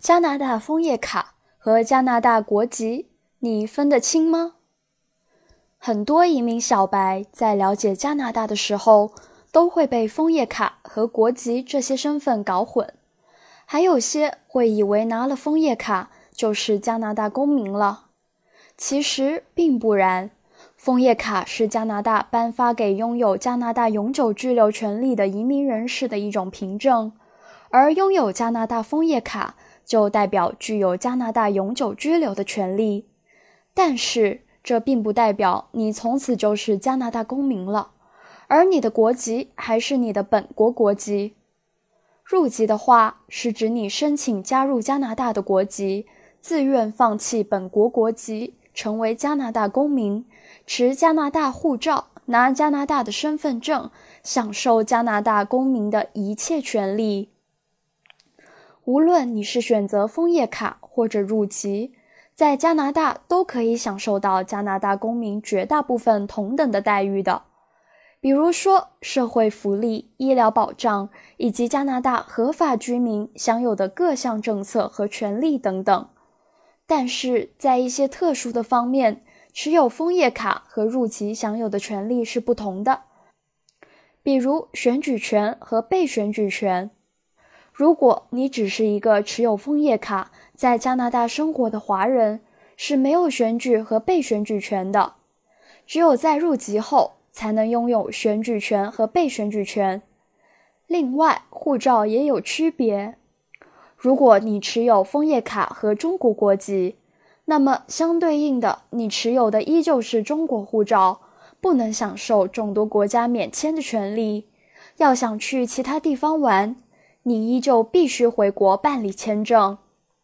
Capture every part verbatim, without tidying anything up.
加拿大枫叶卡和加拿大国籍，你分得清吗？很多移民小白在了解加拿大的时候，都会被枫叶卡和国籍这些身份搞混，还有些会以为拿了枫叶卡就是加拿大公民了。其实并不然，枫叶卡是加拿大颁发给拥有加拿大永久居留权利的移民人士的一种凭证，而拥有加拿大枫叶卡就代表具有加拿大永久居留的权利。但是这并不代表你从此就是加拿大公民了，而你的国籍还是你的本国国籍。入籍的话，是指你申请加入加拿大的国籍，自愿放弃本国国籍，成为加拿大公民，持加拿大护照，拿加拿大的身份证，享受加拿大公民的一切权利。无论你是选择枫叶卡或者入籍，在加拿大都可以享受到加拿大公民绝大部分同等的待遇的，比如说社会福利、医疗保障，以及加拿大合法居民享有的各项政策和权利等等。但是在一些特殊的方面，持有枫叶卡和入籍享有的权利是不同的，比如选举权和被选举权。如果你只是一个持有枫叶卡在加拿大生活的华人，是没有选举和被选举权的，只有在入籍后才能拥有选举权和被选举权。另外，护照也有区别。如果你持有枫叶卡和中国国籍，那么相对应的，你持有的依旧是中国护照，不能享受众多国家免签的权利。要想去其他地方玩，你依旧必须回国办理签证。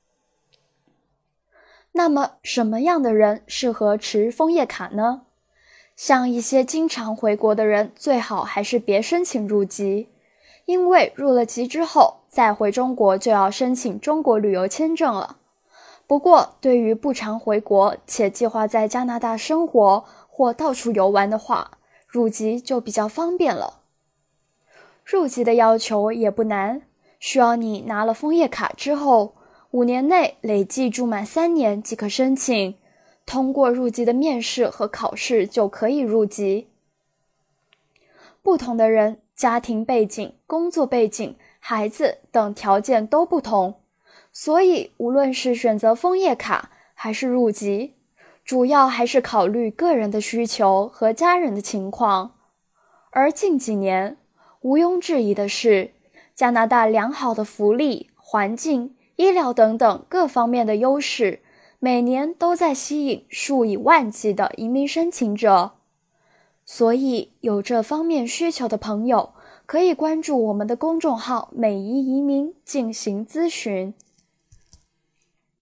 那么什么样的人适合持枫叶卡呢？像一些经常回国的人，最好还是别申请入籍，因为入了籍之后，再回中国就要申请中国旅游签证了。不过，对于不常回国且计划在加拿大生活或到处游玩的话，入籍就比较方便了。入籍的要求也不难，需要你拿了枫叶卡之后，五年内累计住满三年即可申请，通过入籍的面试和考试就可以入籍。不同的人，家庭背景、工作背景、孩子等条件都不同，所以无论是选择枫叶卡还是入籍，主要还是考虑个人的需求和家人的情况。而近几年，毋庸置疑的是，加拿大良好的福利、环境、医疗等等各方面的优势，每年都在吸引数以万计的移民申请者。所以有这方面需求的朋友，可以关注我们的公众号美移移民进行咨询。